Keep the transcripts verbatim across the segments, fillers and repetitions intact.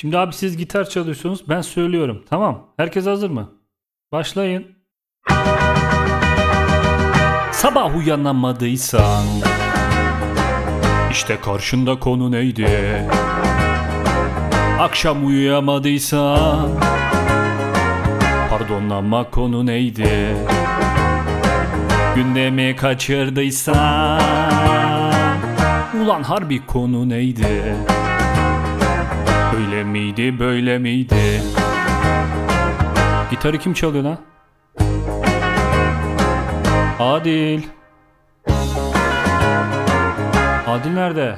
Şimdi abi siz gitar çalıyorsunuz. Ben söylüyorum. Tamam. Herkes hazır mı? Başlayın. Sabah uyanamadıysan işte karşında konu neydi? Akşam uyuyamadıysan pardon ama konu neydi? Gündemi kaçırdıysan ulan harbi konu neydi? Öyle miydi böyle miydi? Gitarı kim çalıyor lan? Adil. Adil nerede?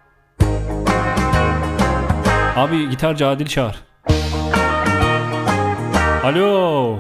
Abi gitarcı Adil çağır. Alo.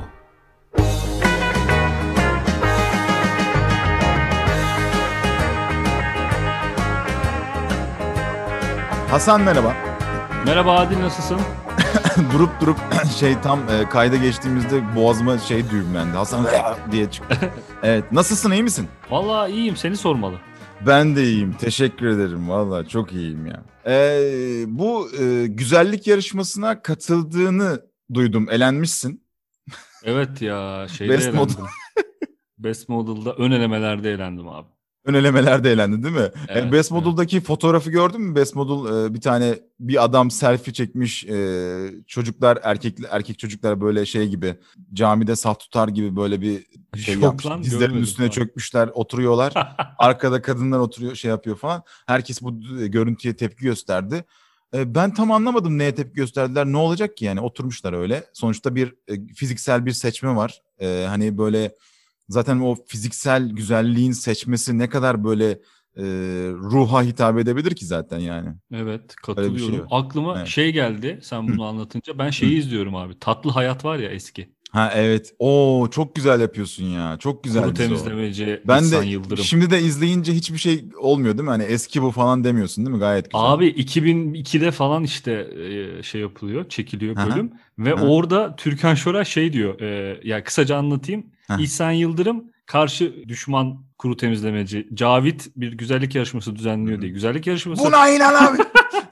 Hasan merhaba. Merhaba Adil, nasılsın? durup durup şey tam e, kayda geçtiğimizde boğazıma şey düğümlendi. Hasan diye çıktı. Evet, nasılsın, iyi misin? Vallahi iyiyim, seni sormalı. Ben de iyiyim, teşekkür ederim. Vallahi çok iyiyim ya. Ee, bu e, güzellik yarışmasına katıldığını duydum, elenmişsin. Evet ya, şeyde Best elendim. Model. Best Model'da ön elemelerde elendim abi. Ön elemelerde elendin değil mi? Evet, e, Best evet. Model'daki fotoğrafı gördün mü? Best Model e, bir tane bir adam selfie çekmiş. E, çocuklar erkek erkek çocuklar böyle şey gibi camide saf tutar gibi böyle bir şey Yok yapmış. lan, Dizlerinin görmedim üstüne falan. çökmüşler, oturuyorlar. Arkada kadınlar oturuyor, şey yapıyor falan. Herkes bu e, görüntüye tepki gösterdi. E, ben tam anlamadım neye tepki gösterdiler. Ne olacak ki yani? Oturmuşlar öyle. Sonuçta bir e, fiziksel bir seçme var. E, hani böyle zaten o fiziksel güzelliğin seçmesi ne kadar böyle e, ruha hitap edebilir ki zaten yani. Evet, Öyle bir şey katılıyorum. var. Aklıma Evet. şey geldi sen bunu anlatınca. Ben şeyi izliyorum abi. Tatlı Hayat var ya, eski. Ha evet. Oo çok güzel yapıyorsun ya. Çok güzel Kuru dizi o. temizlemeci Ben İhsan de Yıldırım. şimdi de izleyince hiçbir şey olmuyor değil mi? Hani eski bu falan demiyorsun değil mi? Gayet güzel. Abi iki bin ikide falan işte e, şey yapılıyor, çekiliyor Hı hı. bölüm. Ve Hı. orada Türkan Şoray şey diyor. E, ya kısaca anlatayım. Hı. İhsan Yıldırım karşı düşman kuru temizlemeci Cavit bir güzellik yarışması düzenliyor diye. Güzellik yarışması. Buna inanamıyorum.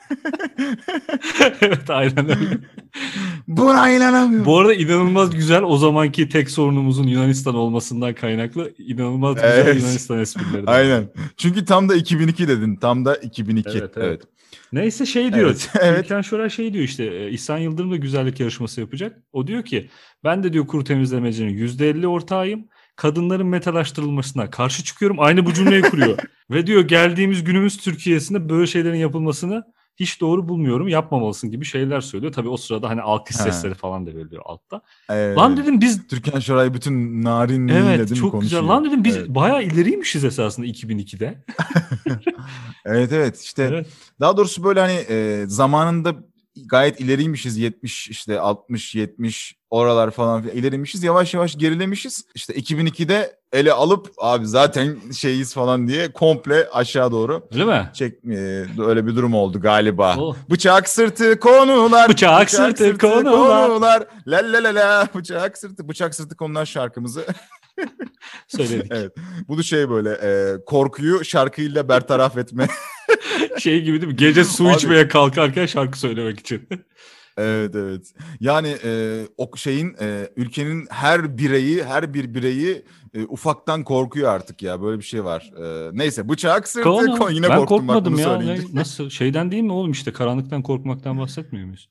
Evet, aynen öyle. Buna inanamıyorum. Bu arada inanılmaz güzel, o zamanki tek sorunumuzun Yunanistan olmasından kaynaklı inanılmaz güzel Evet. Yunanistan esprileri de var. Aynen. Çünkü tam da iki bin iki dedin. Tam da iki bin iki. Evet, evet. Evet. Neyse şey diyor. Evet, evet. Türkan Şoray şey diyor işte. e, İhsan Yıldırım da güzellik yarışması yapacak. O diyor ki ben de diyor kuru temizlemecinin yüzde elli ortağıyım. Kadınların metalaştırılmasına karşı çıkıyorum. Aynı bu cümleyi kuruyor. Ve diyor geldiğimiz günümüz Türkiye'sinde böyle şeylerin yapılmasını hiç doğru bulmuyorum. Yapmamalısın gibi şeyler söylüyor. Tabii o sırada hani alkış Ha. sesleri falan da veriliyor altta. Evet. Lan dedim biz Türkan Şoray bütün narinliğiyle evet değil mi çok güzel. konuşuyor? Lan dedim biz Evet. bayağı ileriymişiz esasında iki bin ikide. Evet evet işte Evet. daha doğrusu böyle hani e, zamanında gayet ileriymişiz, yetmiş işte altmış yetmiş oralar falan filan ileriymişiz, yavaş yavaş gerilemişiz. İşte iki bin ikide ele alıp abi zaten şeyiz falan diye komple aşağı doğru Öyle mi? çek e, öyle bir durum oldu galiba. Oh. Bıçak sırtı konular. Bıçak sırtı konular. konular. La la la la bıçak sırtı bıçak sırtı konular şarkımızı Söyledik. evet. Bu şey böyle e, korkuyu şarkıyla bertaraf etme. Şey gibi değil mi? Gece su Abi. içmeye kalkarken şarkı söylemek için. Evet evet. Yani e, o şeyin e, ülkenin her bireyi, her bir bireyi e, ufaktan korkuyor artık ya. Böyle bir şey var. E, neyse bıçak sırtı Konu. kon yine Ben korktum bak korkmadım bunu ya. söyleyince. Ne- Nasıl? Şeyden değil mi oğlum, işte karanlıktan korkmaktan bahsetmiyor muyuz?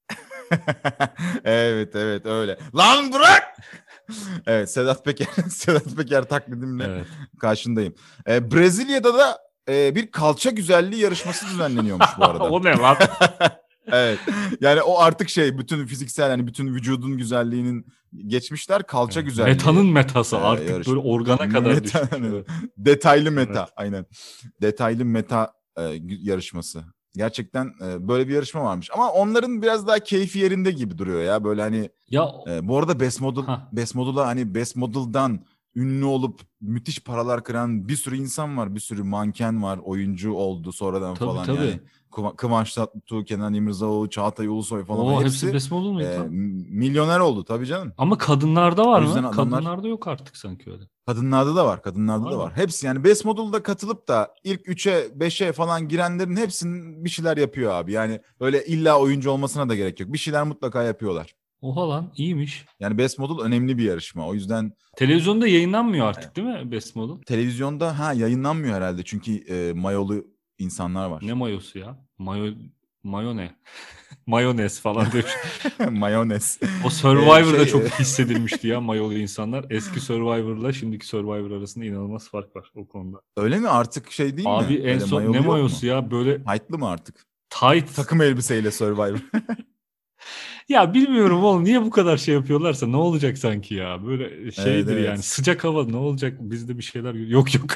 Evet evet öyle. Lan bırak! Evet Sedat Peker Sedat Peker taklidimle Evet. karşındayım. E, Brezilya'da da e, bir kalça güzelliği yarışması düzenleniyormuş bu arada. O ne lan? Evet. Yani o artık şey bütün fiziksel yani bütün vücudun güzelliğinin geçmişler kalça Evet. güzelliği. Metanın metası e, artık yarış. böyle organa kadar Meta, düşmüş. hani Evet. detaylı meta Evet. aynen. Detaylı meta e, yarışması. Gerçekten e, böyle bir yarışma varmış. Ama onların biraz daha keyfi yerinde gibi duruyor ya. Böyle hani Ya e, bu arada Best Model ha. Best Model'a hani Best Model'dan ünlü olup müthiş paralar kıran bir sürü insan var. Bir sürü manken var. Oyuncu oldu sonradan Tabii falan tabii. yani. Kıva- Kıvanç Tatlıtuğ, Kenan İmirzalıoğlu, Çağatay Ulusoy falan O hepsi hepsi Besmodul muydu e, lan? milyoner oldu tabii canım. Ama kadınlarda var O yüzden mı? adamlar Kadınlarda yok artık sanki öyle. kadınlarda da var. Kadınlarda Var da mı? var. Hepsi yani Best Model'da katılıp da ilk üçe beşe falan girenlerin hepsinin bir şeyler yapıyor abi. Yani öyle illa oyuncu olmasına da gerek yok. Bir şeyler mutlaka yapıyorlar. Oha lan iyiymiş. Yani Best Model önemli bir yarışma. O yüzden Televizyonda yayınlanmıyor e, artık değil mi Best Model? televizyonda ha yayınlanmıyor herhalde. Çünkü e, mayolu insanlar Ne var. mayosu ya? Mayo, mayo ne? Mayonez falan diyor. Mayonez. O E, Survivor'da şey çok e, hissedilmişti ya mayolu insanlar. Eski Survivor'la şimdiki Survivor arasında inanılmaz fark var o konuda. öyle mi artık şey değil Abi mi? en Öyle son ne mayolu yok mayosu mu? ya böyle Tight'lı mı artık? tight. Takım elbiseyle Survivor. Ya bilmiyorum oğlum niye bu kadar şey yapıyorlarsa ne olacak sanki ya? Böyle Evet şeydir yani evet. sıcak hava ne olacak bizde bir şeyler yok yok.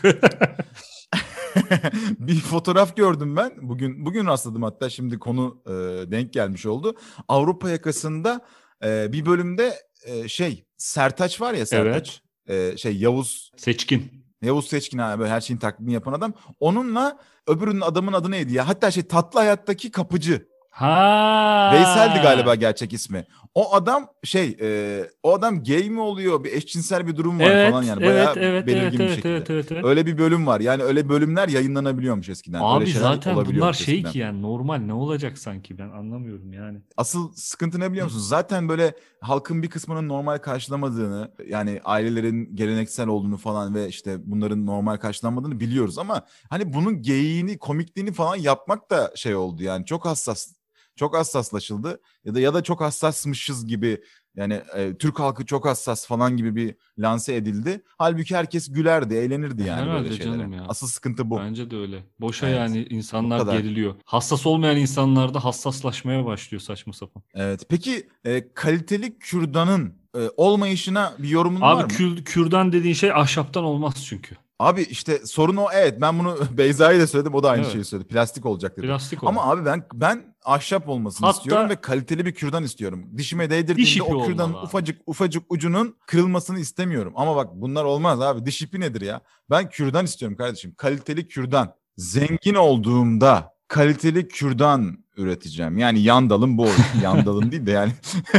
Bir fotoğraf gördüm ben. Bugün bugün rastladım hatta şimdi konu e, denk gelmiş oldu. Avrupa yakasında e, bir bölümde e, şey Sertaç var ya Evet. Sertaç. E, şey Yavuz Seçkin. Yavuz Seçkin abi böyle her şeyin taklidini yapan adam. Onunla öbürünün adamın adı neydi ya? Hatta şey Tatlı Hayat'taki kapıcı. Veysel'di galiba Ha. gerçek ismi. O adam şey e, o adam gay mi oluyor bir eşcinsel bir durum var falan Evet, yani evet, bayağı evet, evet, belirgin bir evet, şekilde. evet, evet, evet. Öyle bir bölüm var yani öyle bölümler yayınlanabiliyormuş eskiden öyle Abi şeyler zaten bunlar olabiliyormuş şey eskiden. ki yani normal ne olacak sanki ben anlamıyorum yani. Asıl sıkıntı ne biliyor musun? Zaten böyle halkın bir kısmının normal karşılamadığını yani ailelerin geleneksel olduğunu falan ve işte bunların normal karşılanmadığını biliyoruz ama hani bunun geyiğini komikliğini falan yapmak da şey oldu yani çok hassas çok hassaslaşıldı ya da ya da çok hassasmışız gibi yani e, Türk halkı çok hassas falan gibi bir lanse edildi. Halbuki herkes gülerdi, eğlenirdi E, yani böyle herhalde şeylere. canım ya. Asıl sıkıntı bu. Bence de öyle. Boşa Evet. yani Bu insanlar kadar. geriliyor. Hassas olmayan insanlar da hassaslaşmaya başlıyor saçma sapan. Evet. Peki e, kaliteli kürdanın e, olmayışına bir yorumun var Abi mı? kür, kürdan dediğin şey ahşaptan olmaz çünkü. Abi işte sorun o. Evet ben bunu Beyza'ya da söyledim. O da aynı şeyi Evet. söyledi. Plastik olacak dedi. Plastik Ama olmaz. abi ben ben ahşap olmasını istiyorum ve Hatta kaliteli bir kürdan istiyorum. Dişime diş değdirdiğimde ipi o kürdanın olmalı abi. ufacık ufacık ucunun kırılmasını istemiyorum. Ama bak bunlar olmaz abi. Diş ipi nedir ya? Ben kürdan istiyorum kardeşim. Kaliteli kürdan. Zengin olduğumda kaliteli kürdan üreteceğim. Yani yan dalım bu olsun. Yan dalım değil de yani.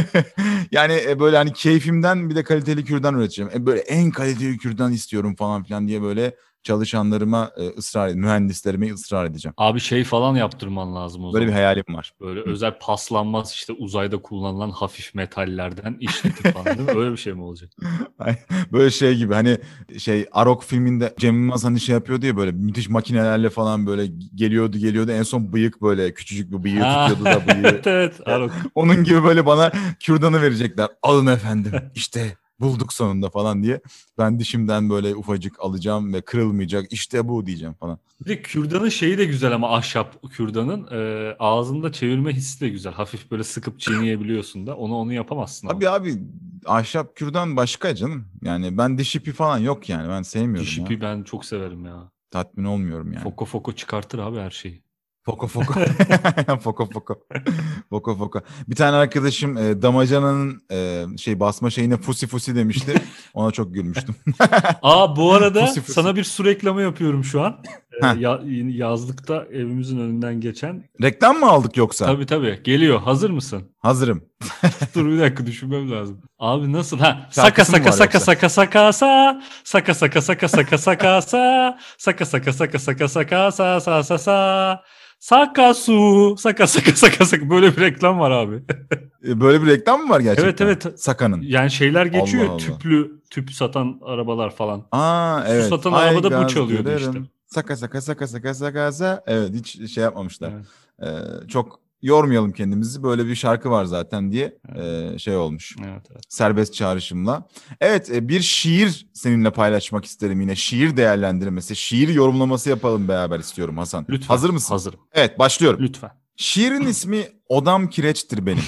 Yani e, böyle hani keyfimden bir de kaliteli kürdan üreteceğim. E, böyle en kaliteli kürdan istiyorum falan filan diye böyle çalışanlarıma e, ısrar edeceğim. Mühendislerime ısrar edeceğim. Abi şey falan yaptırman lazım o Böyle bir zaman. hayalim var. Böyle Hı. özel paslanmaz işte uzayda kullanılan hafif metallerden işletip falan değil mi? Öyle bir şey mi olacak? Ay, böyle şey gibi hani şey Arok filminde Cem Yılmaz hani şey yapıyordu ya böyle müthiş makinelerle falan böyle geliyordu geliyordu en son bıyık böyle küçücük bir bıyığı Ha, tutuyordu da bıyığı evet evet e, Arok. onun gibi böyle bana kürdanı verecekler. Alın efendim işte bulduk sonunda falan diye. Ben dişimden böyle ufacık alacağım ve kırılmayacak işte bu diyeceğim falan. Bir de kürdanın şeyi de güzel ama ahşap kürdanın e, ağzında çevirme hissi de güzel. Hafif böyle sıkıp çiğneyebiliyorsun da. Onu onu yapamazsın ama. Abi abi ahşap kürdan başka canım. Yani ben diş ipi falan yok yani ben sevmiyorum Diş ya. ipi ben çok severim ya. Tatmin olmuyorum yani. Foko foko çıkartır abi her şeyi. Foko foko. Foko foko. Foko foko. Bir tane arkadaşım e, damacananın e, şey basma şeyine fusi fusi demişti. Ona çok gülmüştüm. Aa bu Fusi arada fusi. sana bir su reklamı yapıyorum şu an. Ee, Heh. ya- yazlıkta evimizin önünden geçen. Reklam mı aldık yoksa? Tabii tabii geliyor. Hazır mısın? Hazırım. Dur bir dakika düşünmem lazım. Abi nasıl? Ha saka Şarkısı mı saka var saka yoksa? saka saka sa saka saka saka saka saka sa saka saka saka saka saka sa sa sa sa saka su saka saka saka saka böyle bir reklam var abi. E, Böyle bir reklam mı var Evet gerçekten? evet. Sakanın. Yani şeyler Allah geçiyor Allah. tüplü tüp satan arabalar falan. Aa Su evet. satan Ay arabada bu çalıyordu işte. gazdırırım. Saka saka saka saka saka sa. Evet hiç şey yapmamışlar. Evet, Ee, çok yormayalım kendimizi. Böyle bir şarkı var zaten diye evet, e, şey olmuş. evet, evet. Serbest çağrışımla. Evet e, bir şiir seninle paylaşmak isterim yine. Şiir değerlendirmesi, şiir yorumlaması yapalım beraber istiyorum Hasan. Lütfen. Hazır mısın? Hazırım. Evet başlıyorum. Lütfen. Şiirin ismi Odam Kireçtir Benim.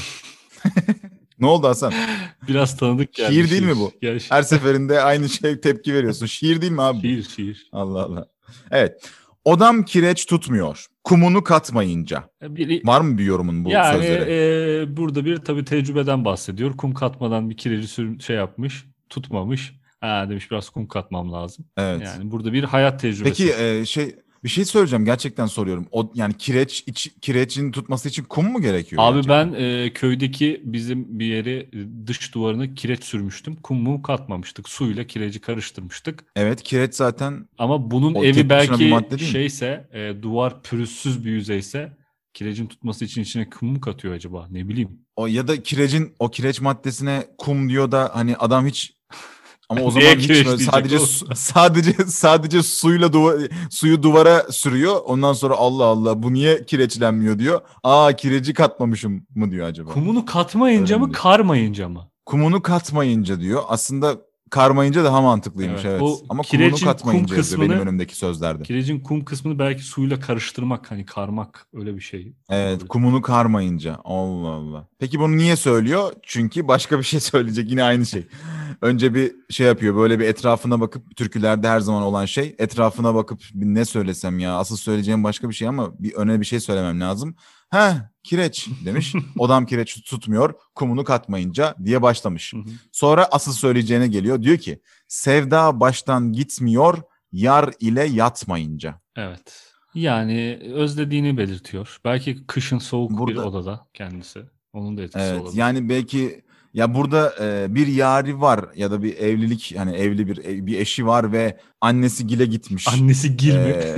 Ne oldu Hasan? Biraz tanıdık geldi Şiir değil mi şiir. bu? Gel Her şi- seferinde aynı şey tepki veriyorsun. Şiir değil mi abi bu? şiir şiir. Allah Allah. Evet. Odam kireç tutmuyor. Kumunu katmayınca. Biri, Var mı bir yorumun bu yani sözlere? e, burada bir tabii tecrübeden bahsediyor. Kum katmadan bir kireci sür, şey yapmış, tutmamış. Ha demiş biraz kum katmam lazım. Evet. Yani burada bir hayat tecrübesi. Peki e, şey bir şey söyleyeceğim, gerçekten soruyorum. O yani kireç iç, kireçin tutması için kum mu gerekiyor Abi gerçekten? ben e, köydeki bizim bir yere e, dış duvarına kireç sürmüştüm. Kum mum katmamıştık. Suyla kireci karıştırmıştık. Evet, kireç zaten Ama bunun o evi tek başına bir belki madde değil mi? şeyse e, duvar pürüzsüz bir yüzeyse kirecin tutması için içine kum mu katıyor acaba? Ne bileyim. O ya da kirecin o kireç maddesine kum diyor da hani adam hiç, ama o Neye zaman hiç kireç böyle diyecek sadece oğlum? su- sadece sadece suyla duva, suyu duvara sürüyor. Ondan sonra Allah Allah bu niye kireçlenmiyor diyor. Aa, kireci katmamışım mı diyor acaba? Kumunu Öyle katmayınca mi mı diyor? karmayınca mı? Kumunu katmayınca diyor. Aslında karmayınca daha mantıklıymış, Evet. evet. O Ama kumunu kirecin kum katmayınca yazıyor benim kısmını önümdeki sözlerde. kirecin kum kısmını belki suyla karıştırmak hani karmak öyle bir şey Evet, olabilir. kumunu karmayınca. Allah Allah. Peki bunu niye söylüyor? Çünkü başka bir şey söyleyecek, yine aynı şey. Önce bir şey yapıyor, böyle bir etrafına bakıp, türkülerde her zaman olan şey, etrafına bakıp bir ne söylesem ya, asıl söyleyeceğim başka bir şey ama bir öne bir şey söylemem lazım. Heh, kireç demiş. Odam kireç tutmuyor, kumunu katmayınca diye başlamış. Hı hı. Sonra asıl söyleyeceğine geliyor. Diyor ki sevda baştan gitmiyor yar ile yatmayınca. Evet. Yani özlediğini belirtiyor. Belki kışın soğuk bir Burada odada kendisi. Onun da etkisi evet, olabilir. yani belki ya burada e, bir yari var ya da bir evlilik, hani evli bir e, bir eşi var ve annesi gile gitmiş. Annesi gil mi? E,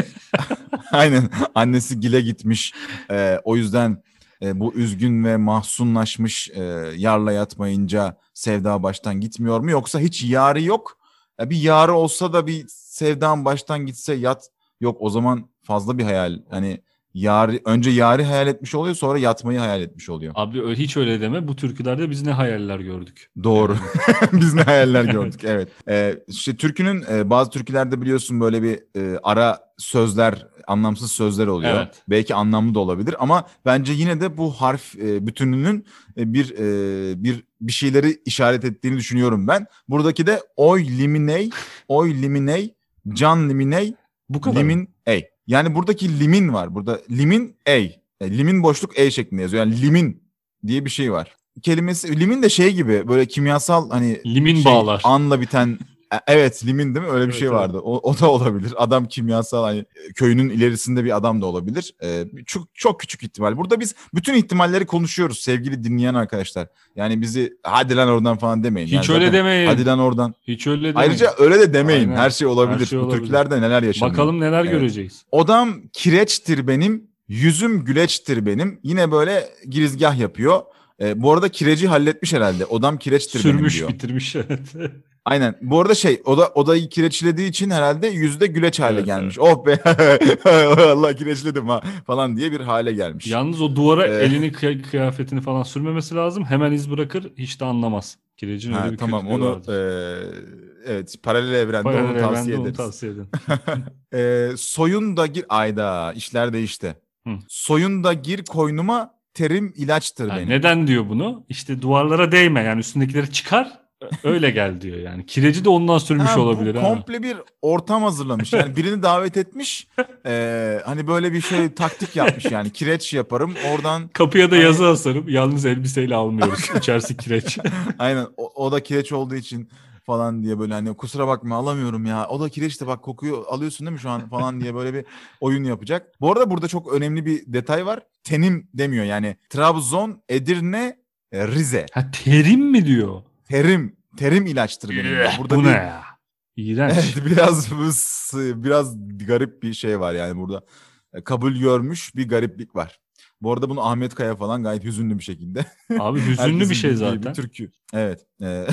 aynen, annesi gile gitmiş. E, o yüzden e, bu üzgün ve mahzunlaşmış, e, yarla yatmayınca sevda baştan gitmiyor mu? Yoksa hiç yarı yok. Ya bir yarı olsa da bir sevdan baştan gitse yat, yok o zaman fazla bir hayal. Hani yari, önce yari hayal etmiş oluyor, sonra yatmayı hayal etmiş oluyor. Abi öyle, hiç öyle deme. Bu türkülerde biz ne hayaller gördük. Doğru. Yani. Biz ne hayaller Evet. gördük. Evet. Ee, işte türkünün e, bazı türkülerde biliyorsun böyle bir e, ara sözler, anlamsız sözler oluyor. Evet. Belki anlamlı da olabilir ama bence yine de bu harf e, bütününün e, bir e, bir bir şeyleri işaret ettiğini düşünüyorum ben. Buradaki de oy liminey, oy liminey, can liminey, Bu kadar mı? limin ey. Yani buradaki limin var. Burada limin ey. E, limin boşluk ey şeklinde yazıyor. Yani limin diye bir şey var. Kelimesi limin de şey gibi, böyle kimyasal, hani Limin şey bağlar. anla biten, e, evet limin değil mi, öyle bir Evet, şey evet. vardı. O, o da olabilir. Adam kimyasal, hani köyünün ilerisinde bir adam da olabilir. Ee, çok çok küçük ihtimal. Burada biz bütün ihtimalleri konuşuyoruz sevgili dinleyen arkadaşlar. Yani bizi hadi lan oradan falan demeyin. Yani Hiç öyle zaten hadi demeyin. lan oradan. Hiç öyle Ayrıca demeyin. öyle de demeyin. Her Aynen. şey Her olabilir. şey Bu olabilir. türkülerde neler yaşanıyor. Bakalım neler Evet. göreceğiz. Odam kireçtir benim, yüzüm güleçtir benim. Yine böyle girizgah yapıyor. Ee, bu arada kireci halletmiş herhalde. Odam kireçtir benim Sürmüş diyor. bitirmiş. Evet. Aynen. Bu arada şey, oda odayı kireçlediği için herhalde yüzde güleç hale Evet, gelmiş. evet. Oh be. Allah, kireçledim ha falan diye bir hale gelmiş. Yalnız o duvara Ee, elini kıy- kıyafetini falan sürmemesi lazım. Hemen iz bırakır. Hiç de anlamaz. Kirecin öyle ha bir tamam, kötülüğü onu vardır. eee, evet, paralel evrende Paralel onu evrende tavsiye onu ederiz. tavsiye edin. Eee soyun da gir, ayda işler değişti. Hı. Soyun da gir koynuma, terim ilaçtır Ha, benim. neden diyor bunu? İşte duvarlara değme. Yani üstündekileri çıkar. Öyle gel diyor yani. Kireci de ondan sürmüş Ha, bu olabilir ha. komple bir ortam hazırlamış. Yani birini davet etmiş. Eee, hani böyle bir şey taktik yapmış yani. Kireç yaparım oradan, Kapıya da hani yazı asarım. Yalnız elbiseyle almıyoruz. İçerisi kireç. aynen, o, o da kireç olduğu için falan diye, böyle hani kusura bakma alamıyorum ya. O da kireç de bak, kokuyu alıyorsun değil mi şu an falan diye böyle bir oyun yapacak. Bu arada burada çok önemli bir detay var. Tenim demiyor yani. Trabzon, Edirne, e, Rize. Ha terim mi diyor? Terim, terim ilaçtır benim diyor. Eh, Burada bu ne bir ya? İğrenç. evet, biraz biraz garip bir şey var yani burada. E, Kabul görmüş bir gariplik var. Bu arada bunu Ahmet Kaya falan gayet hüzünlü bir şekilde. Abi hüzünlü bir Herkesin şey bildiği bir zaten. türkü. Evet. e,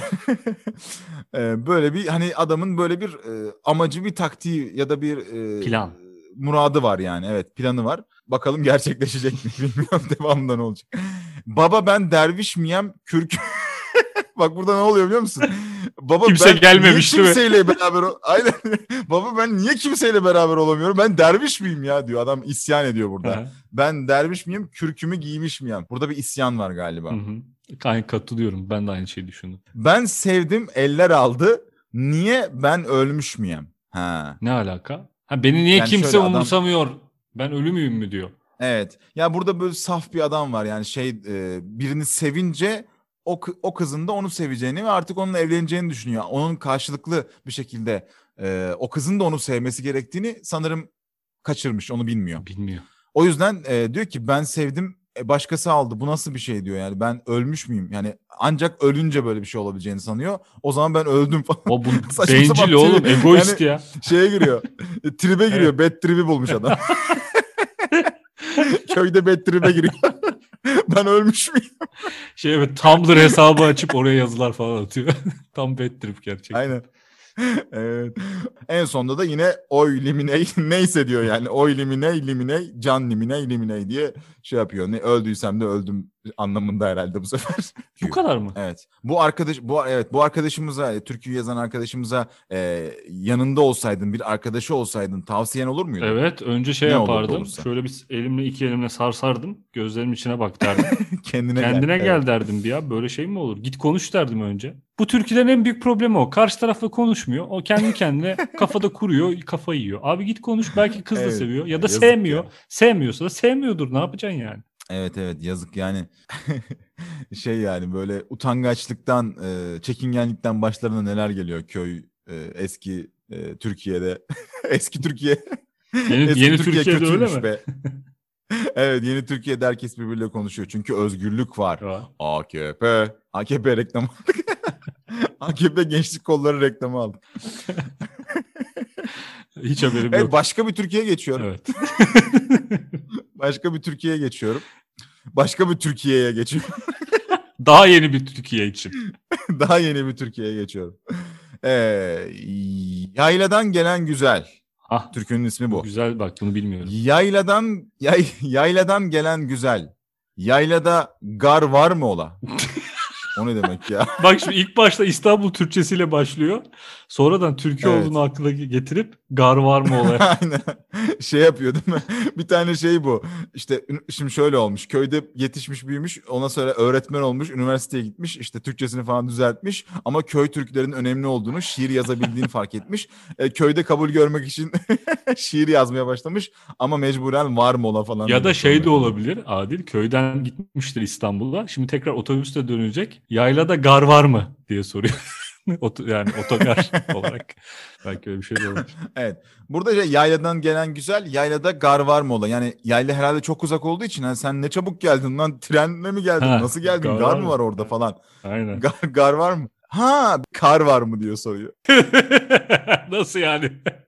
e, böyle bir, hani adamın böyle bir e, amacı, bir taktiği ya da bir e, Plan. muradı var yani. Evet, planı var. Bakalım gerçekleşecek mi bilmiyorum, devamında ne olacak. Baba ben derviş miyem kürk. Bak burada ne oluyor biliyor musun? Baba Kimse ben niye gelmemiş değil mi? kimseyle beraber ol- aynen. Baba ben niye kimseyle beraber olamıyorum? Ben derviş miyim ya diyor. Adam isyan ediyor burada. Hı Ben derviş miyim? Kürkümü giymiş miyim? Burada bir isyan var galiba. hı. Aynı katılıyorum. Ben de aynı şeyi düşündüm. Ben sevdim eller aldı. Niye ben ölmüş müyüm? Ha. Ne alaka? Ha beni niye Yani kimse şöyle adam, umursamıyor? Ben ölü müyüm mü diyor. evet. Ya burada böyle saf bir adam var yani, şey e, birini sevince o, o kızın da onu seveceğini ve artık onunla evleneceğini düşünüyor. Onun karşılıklı bir şekilde e, o kızın da onu sevmesi gerektiğini sanırım kaçırmış, onu bilmiyor. Bilmiyor. O yüzden e, diyor ki ben sevdim, e, başkası aldı. Bu nasıl bir şey diyor yani, ben ölmüş müyüm? Yani ancak ölünce böyle bir şey olabileceğini sanıyor. O zaman ben öldüm falan. O bu Saçma bencil sapan oğlum, tribi- egoist yani ya. şeye giriyor. Tribe giriyor. Bad tribi bulmuş adam. Köyde bad tribe giriyor. Ben ölmüş müyüm? Şey, evet, Tumblr hesabı açıp oraya yazılar falan atıyor. Tam bad trip gerçekten. Aynen. Evet. En sonunda da yine oy liminey neyse diyor yani. Oy liminey liminey can liminey liminey diye şey yapıyor. Ne öldüysem de öldüm anlamında herhalde bu sefer. Bu kadar mı? Evet. Bu arkadaş bu evet bu arkadaşımıza, e, türküyü yazan arkadaşımıza e, yanında olsaydın, bir arkadaşı olsaydın tavsiyen olur muydu? Evet, önce şey Ne olurdu yapardım. olursa. Şöyle bir elimle iki elimle sarsardım. Gözlerimin içine bak derdim. Kendine, Kendine gel. gel Evet. derdim bir ya. Böyle şey mi olur? Git konuş derdim önce. Bu türkülerin en büyük problemi o. Karşı tarafla konuşmuyor. O kendi kendine kafada kuruyor, kafayı yiyor. Abi git konuş, belki kız da Evet. seviyor ya da Yazık sevmiyor. ya. Sevmiyorsa da sevmiyordur. Ne yapacaksın yani? Evet evet yazık yani. Şey yani böyle utangaçlıktan, e, çekingenlikten başlarına neler geliyor köy, e, eski e, Türkiye'de. Eski Türkiye. Yeni, Eski yeni Türkiye Türkiye'de öyle kötüymüş mi? be. Evet, yeni Türkiye'de herkes birbiriyle konuşuyor. Çünkü özgürlük var. Ya. A K P. A K P reklamı aldık. A K P Gençlik Kolları reklamı aldık. Hiç haberim Evet, yok. başka bir Türkiye'ye geçiyorum. Evet. Başka bir Türkiye'ye geçiyorum. Başka bir Türkiye'ye geçiyorum. Daha yeni bir Türkiye için. Daha yeni bir Türkiye'ye geçiyorum. Ee, yayladan gelen güzel. Ah, Türkünün ismi bu bu. güzel, bak bunu bilmiyorum. Yayladan yay, yayladan gelen güzel. Yaylada gar var mı ola? O ne demek ya? Bak şimdi ilk başta İstanbul Türkçesiyle başlıyor. Sonradan Türkiye Evet. olduğunu aklına getirip gar var mı olaya. Aynen. Şey yapıyor değil mi? Bir tane şey bu. İşte şimdi şöyle olmuş. Köyde yetişmiş, büyümüş. Ondan sonra öğretmen olmuş. Üniversiteye gitmiş. İşte Türkçesini falan düzeltmiş. Ama köy türkülerinin önemli olduğunu, şiir yazabildiğini fark etmiş. E, köyde kabul görmek için şiir yazmaya başlamış. Ama mecburen var mı ola falan. Ya da demek şey de zorunda kalıyor. olabilir Adil. Köyden gitmiştir İstanbul'a. Şimdi tekrar otobüste dönecek. Yaylada gar var mı diye soruyor. Oto, yani otogar olarak. Belki öyle bir şey de olabilir. Evet. Burada şey, yayladan gelen güzel, yaylada gar var mı ola? Yani yayla herhalde çok uzak olduğu için hani sen ne çabuk geldin lan, trenle mi geldin? Ha, Nasıl geldin? gar Gar, var mı mı? var orada falan? Aynen. Gar, gar var mı? Ha, kar var mı diyor soruyor. Nasıl yani?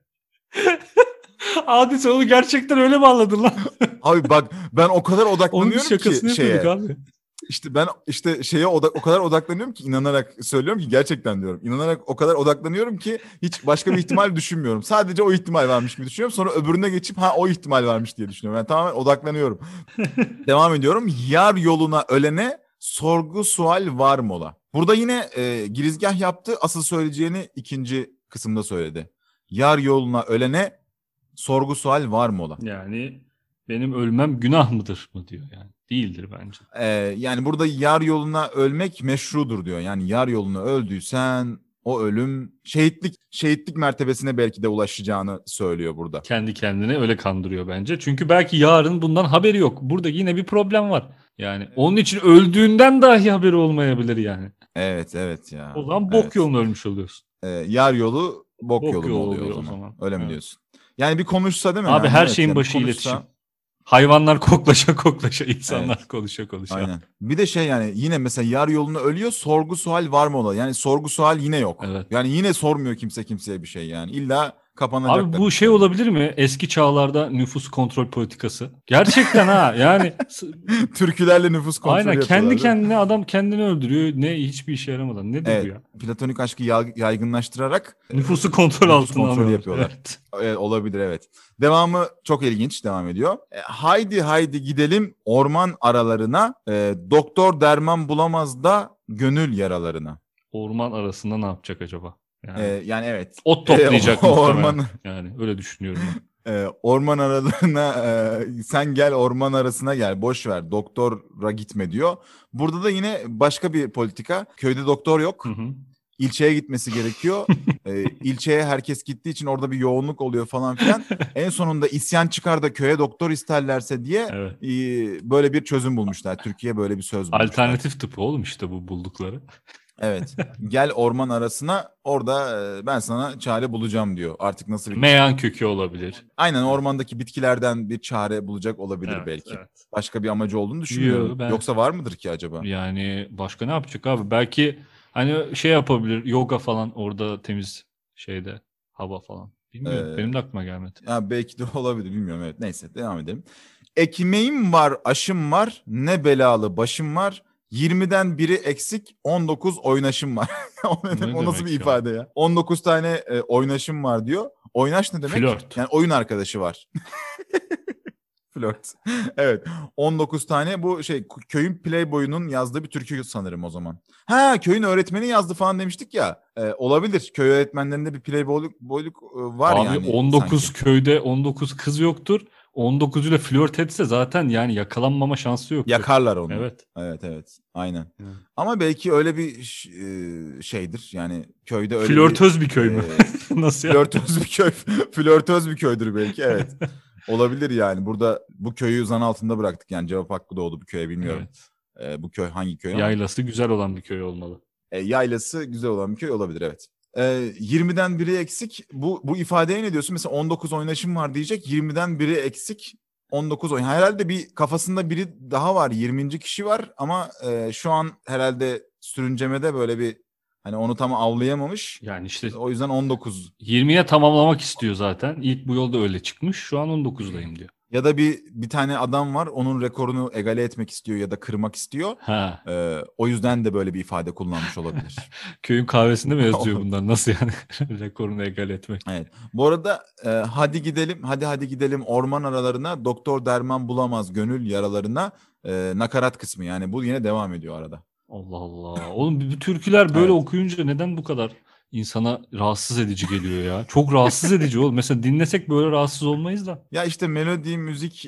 Adil, sen onu gerçekten öyle mi anladın lan? Abi bak, ben o kadar Onun bir odaklanıyorum şakasını ki yapıyorduk şeye. abi. İşte ben işte şeye oda- o kadar odaklanıyorum ki, inanarak söylüyorum ki, gerçekten diyorum. İnanarak o kadar odaklanıyorum ki hiç başka bir ihtimal düşünmüyorum. Sadece o ihtimal varmış gibi düşünüyorum. Sonra öbürüne geçip ha o ihtimal varmış diye düşünüyorum. Yani tamamen odaklanıyorum. Devam ediyorum. Yar yoluna ölene sorgu sual var mı ola? Burada yine e, girizgah yaptı. Asıl söyleyeceğini ikinci kısımda söyledi. Yar yoluna ölene sorgu sual var mı ola? Yani benim ölmem günah mıdır mı diyor yani. Değildir bence. Ee, yani burada yar yoluna ölmek meşrudur diyor. Yani yar yoluna öldüysen o ölüm şehitlik şehitlik mertebesine belki de ulaşacağını söylüyor burada. Kendi kendine öyle kandırıyor bence. Çünkü belki yarın bundan haberi yok. Burada yine bir problem var. Yani onun için öldüğünden dahi haberi olmayabilir yani. Evet evet ya. O zaman bok Evet. yoluna ölmüş oluyorsun. Ee, yar yolu bok, Bok yolu mu yolu oluyor, oluyor o o zaman? zaman. Öyle mi Evet. diyorsun? Yani bir konuşsa değil mi? Abi Yani her evet, şeyin yani başı konuşsa... iletişim. Hayvanlar koklaşa koklaşa, insanlar Evet. konuşa konuşa. Aynen. Bir de şey yani yine mesela yar yoluna ölüyor, sorgu sual var mı ola? Yani sorgu sual yine yok. Evet. Yani yine sormuyor kimse kimseye bir şey yani. İlla kapanacaklar. Abi bu şey içeride. olabilir mi? Eski çağlarda nüfus kontrol politikası. Gerçekten ha yani s- Türkülerle nüfus kontrolü aynen yapıyorlar. kendi değil mi? kendine adam kendini öldürüyor. Ne, hiçbir işe yaramadan. Nedir bu Evet. ya? Platonik aşkı yay- yaygınlaştırarak Nüfusu kontrol nüfus altına kontrolü alıyorlar. yapıyorlar. Evet. Evet, olabilir evet. Devamı çok ilginç devam ediyor. E, haydi haydi gidelim orman aralarına. E, doktor derman bulamaz da gönül yaralarına. Orman arasında ne yapacak acaba? Yani E, yani evet. ot toplayacak E, o- muhtemelen. orman Yani öyle düşünüyorum ben. e, orman aralarına e, sen gel orman arasına gel, boş ver doktora gitme diyor. Burada da yine başka bir politika. Köyde doktor yok. Hı hı. ilçeye gitmesi gerekiyor. e, ilçeye herkes gittiği için orada bir yoğunluk oluyor falan filan. En sonunda isyan çıkar da köye doktor isterlerse diye Evet. e, böyle bir çözüm bulmuşlar. Türkiye böyle bir söz bulmuşlar. Alternatif tıpı oğlum işte bu buldukları. Evet. Gel orman arasına, orada e, ben sana çare bulacağım diyor. Artık nasıl bir... Meyan kökü olabilir. Aynen, ormandaki bitkilerden bir çare bulacak olabilir Evet, belki. evet. Başka bir amacı olduğunu düşünmüyorum. Yo, ben- Yoksa var mıdır ki acaba? Yani başka ne yapacak abi? Belki hani şey yapabilir, yoga falan orada temiz şeyde hava falan. Bilmiyorum. Ee, Benim de aklıma gelmedi. Ya belki de olabilir, bilmiyorum. Evet, neyse devam edelim. Ekmeğim var, aşım var, ne belalı başım var. yirmiden biri eksik, on dokuz oynaşım var. o, ne Ne demek, o nasıl demek bir ya? ifade ya? on dokuz tane e, oynaşım var diyor. Oynaş ne demek? Flört. Yani oyun arkadaşı var. Flört. Evet. on dokuz tane, bu şey köyün playboy'unun yazdığı bir türkü sanırım o zaman. Ha, köyün öğretmeni yazdı falan demiştik ya. E, olabilir. Köy öğretmenlerinde bir playboyluk boyluk, e, var Abi yani on dokuz sanki. köyde on dokuz kız yoktur. on dokuzuyla flört etse zaten yani yakalanmama şansı yoktur. Yakarlar onu. Evet. Evet evet. Aynen. Evet. Ama belki öyle bir ş- e, şeydir. Yani köyde öyle Flörtöz bir, bir köy mü? e, Nasıl ya? flörtöz bir köy. Flörtöz bir köydür belki. Evet. Olabilir yani. Burada bu köyü zan altında bıraktık. Yani cevap hakkı doğdu bu köye, bilmiyorum. Evet. E, bu köy hangi köy ama. Yaylası güzel olan bir köy olmalı. E, yaylası güzel olan bir köy olabilir, evet. E, yirmiden biri eksik. Bu bu ifadeye ne diyorsun? Mesela on dokuz oynaşım var diyecek. yirmiden biri eksik. on dokuz oyun. Herhalde bir kafasında biri daha var. yirminci kişi var ama e, şu an herhalde sürüncemede böyle bir, hani onu tam avlayamamış. Yani işte O yüzden on dokuz. yirmiye tamamlamak istiyor zaten. İlk bu yolda öyle çıkmış. Şu an on dokuzdayım diyor. Ya da bir bir tane adam var. Onun rekorunu egale etmek istiyor ya da kırmak istiyor. Ha. E, o yüzden de böyle bir ifade kullanmış olabilir. Köyün kahvesinde mi yazıyor bunlar? Nasıl yani? Rekorunu egal etmek. Evet. Bu arada e, hadi gidelim, hadi hadi gidelim orman aralarına, doktor derman bulamaz gönül yaralarına, e, nakarat kısmı, yani bu yine devam ediyor arada. Allah Allah. Oğlum bu türküler böyle Evet. okuyunca neden bu kadar insana rahatsız edici geliyor ya? Çok rahatsız edici oğlum. Mesela dinlesek böyle rahatsız olmayız da. Ya işte melodi, müzik e,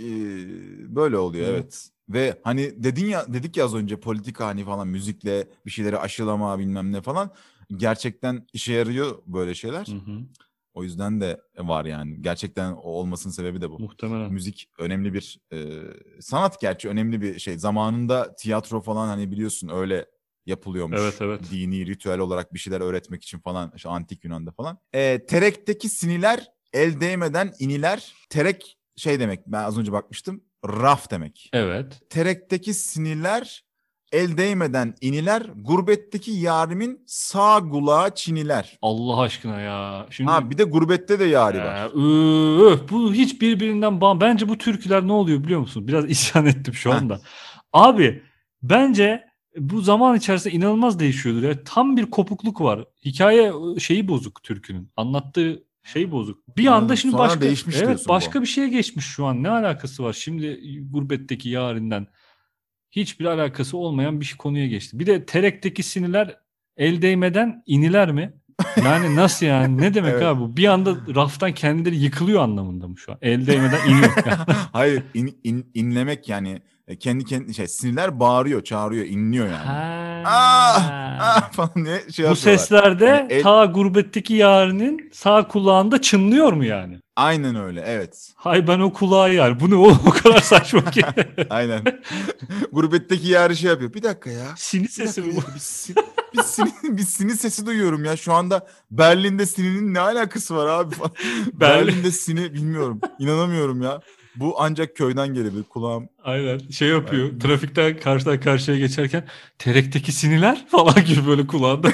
böyle oluyor, Evet. evet. Ve hani dedin ya, dedik ya az önce, politika hani falan, müzikle bir şeyleri aşılama bilmem ne falan, gerçekten işe yarıyor böyle şeyler. Hı hı. O yüzden de var yani. Gerçekten o olmasının sebebi de bu. Muhtemelen. Müzik önemli bir e, sanat, gerçi önemli bir şey. Zamanında tiyatro falan, hani biliyorsun, öyle yapılıyormuş. Evet, evet. Dini ritüel olarak bir şeyler öğretmek için falan, işte antik Yunan'da falan. E, terekteki siniler el değmeden iniler. Terek şey demek, ben az önce bakmıştım, raf demek. Evet. Terekteki siniler el değmeden iniler, gurbetteki yarimin sağ kulağı çiniler. Allah aşkına ya. Şimdi Ha, bir de gurbette de yari var. Ee, öf, bu hiç birbirinden bağ. Bence bu türküler ne oluyor biliyor musun? Biraz isyan ettim şu Heh. anda. Abi bence bu zaman içerisinde inanılmaz değişiyordur ya. Tam bir kopukluk var. Hikaye şeyi bozuk türkünün. Anlattığı şey bozuk. Bir Ha, anda şimdi sonra başka değişmiş evet diyorsun başka bu. bir şeye geçmiş şu an. Ne alakası var? Şimdi gurbetteki yarinden hiçbir alakası olmayan bir konuya geçti. Bir de terekteki siniler el değmeden iniler mi? Yani nasıl yani? Ne demek Evet. abi bu? Bir anda raftan kendileri yıkılıyor anlamında mı şu an? El değmeden iniyor. Hayır, in, in- inlemek yani, e, kendi kendi şey, sinirler bağırıyor, çağırıyor, inliyor yani. Ha. Ah, ah falan diye şey Bu yapıyorlar. seslerde Hani el- ta gurbetteki yarinin sağ kulağında çınlıyor mu yani? Aynen öyle, evet. Hay ben o kulağı yani. Bu ne oğlum o kadar saçma ki. Aynen. Gurbetteki yarı şey yapıyor. Bir dakika ya. Sini Bir sesi dakika, bir bu. dakika. Bir, sin, bir, sini, bir sini sesi duyuyorum ya. Şu anda Berlin'de sininin ne alakası var abi falan. Berlin- Berlin'de sini bilmiyorum. İnanamıyorum ya. Bu ancak köyden gelebilir. Kulağım. Aynen şey yapıyor. Ben- Trafikten karşıdan karşıya geçerken terekteki siniler falan gibi böyle kulağında.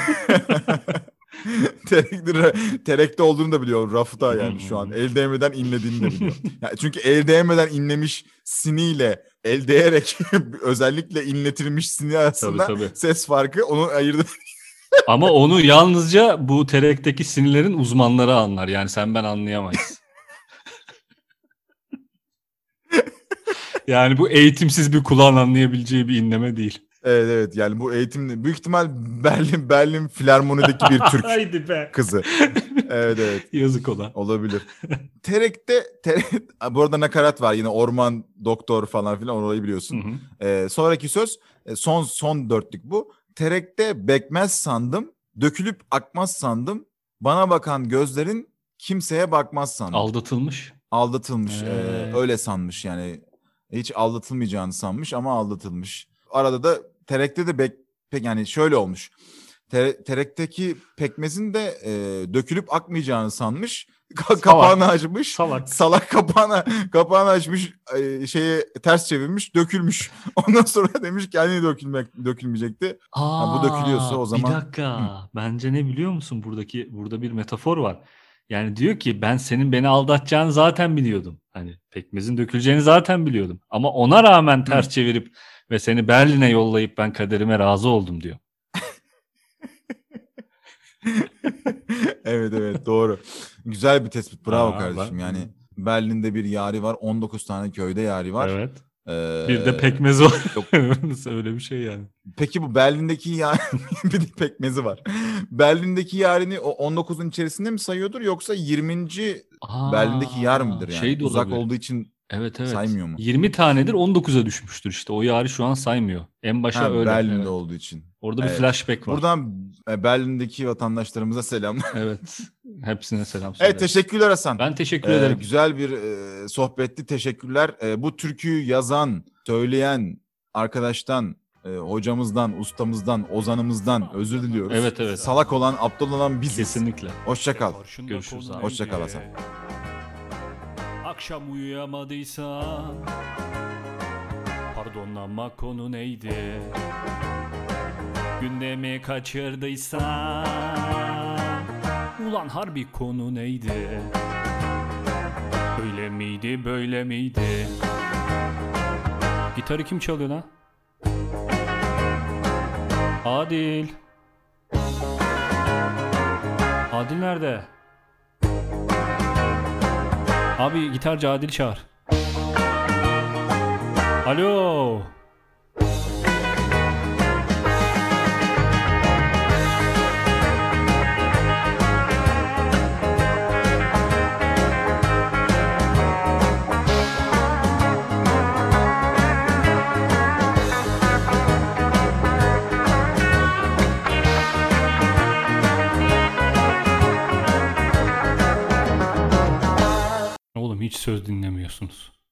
Terekte, terekte olduğunu da biliyor. Rafta yani şu an. El değmeden inlediğini de biliyor. Yani çünkü el değmeden inlemiş siniyle el değerek özellikle inletilmiş sini arasında Tabii, tabii. ses farkı onu ayırdı. Ama onu yalnızca bu terekteki sinirlerin uzmanları anlar. Yani sen ben anlayamayız. Yani bu eğitimsiz bir kulağın anlayabileceği bir inleme değil. Evet evet, yani bu eğitimli. Büyük ihtimal Berlin Berlin Filarmoni'deki bir Türk Haydi be. kızı. Evet evet. Yazık ola. Olabilir. Terek'te Terek, bu arada nakarat var yine, orman doktor falan filan, orayı biliyorsun. Hı hı. Ee, sonraki söz e, son son dörtlük bu. Terekte bekmez sandım, Dökülüp akmaz sandım. Bana bakan gözlerin kimseye bakmaz sandım. Aldatılmış. Aldatılmış. Ee. Ee, öyle sanmış yani. Hiç aldatılmayacağını sanmış ama aldatılmış. Arada da terekte de bek, pek yani şöyle olmuş. Tere, terekteki pekmezin de e, dökülüp akmayacağını sanmış. Ka- kapağını açmış. Salak. Salak kapağını kapağını açmış, e, şeye ters çevirmiş, dökülmüş. Ondan sonra demiş ki hani dökülmek dökülmeyecekti. Aa, Ha, bu dökülüyorsa o zaman- Bir dakika. Bence ne biliyor musun? Buradaki burada bir metafor var. Yani diyor ki ben senin beni aldatacağını zaten biliyordum. Hani pekmezin döküleceğini zaten biliyordum. Ama ona rağmen ters çevirip ve seni Berlin'e yollayıp ben kaderime razı oldum diyor. Evet evet doğru. Güzel bir tespit. Bravo Aa, kardeşim. ben- Yani Berlin'de bir yari var. on dokuz tane köyde yari var. Evet. Ee, Bir de pekmezi var. yok. Öyle bir şey yani. Peki bu Berlin'deki yari bir de pekmezi var. Berlin'deki yarini o on dokuzun içerisinde mi sayıyordur yoksa yirminci Aa, Berlin'deki yar mıdır yani? Şey de Uzak olabilir. olduğu için Evet evet. saymıyor mu? yirmi tanedir on dokuza düşmüştür işte. O yarı şu an saymıyor. En başa Ha, öyle. Berlin'de Evet. olduğu için. Orada bir Evet. flashback var. Buradan e, Berlin'deki vatandaşlarımıza selamlar. Evet. Hepsine selam söyle. Evet teşekkürler Hasan. Ben teşekkür Ee, ederim. güzel bir e, sohbetti. Teşekkürler. E, bu türküyü yazan, söyleyen arkadaştan, e, hocamızdan, ustamızdan, ozanımızdan özür diliyoruz. Evet, evet. Salak olan, aptal olan biziz. Kesinlikle. Hoşça kal. Görüşürüz abi. Hoşça kal Hasan. Akşam uyuyamadıysan pardonlanma konu neydi? Gündemi kaçırdıysan ulan harbi konu neydi? Öyle miydi böyle miydi? Gitarı kim çalıyor lan? Adil. Adil nerede? Abi gitarcı Adil çağır. Alo. Oğlum hiç söz dinlemiyorsunuz.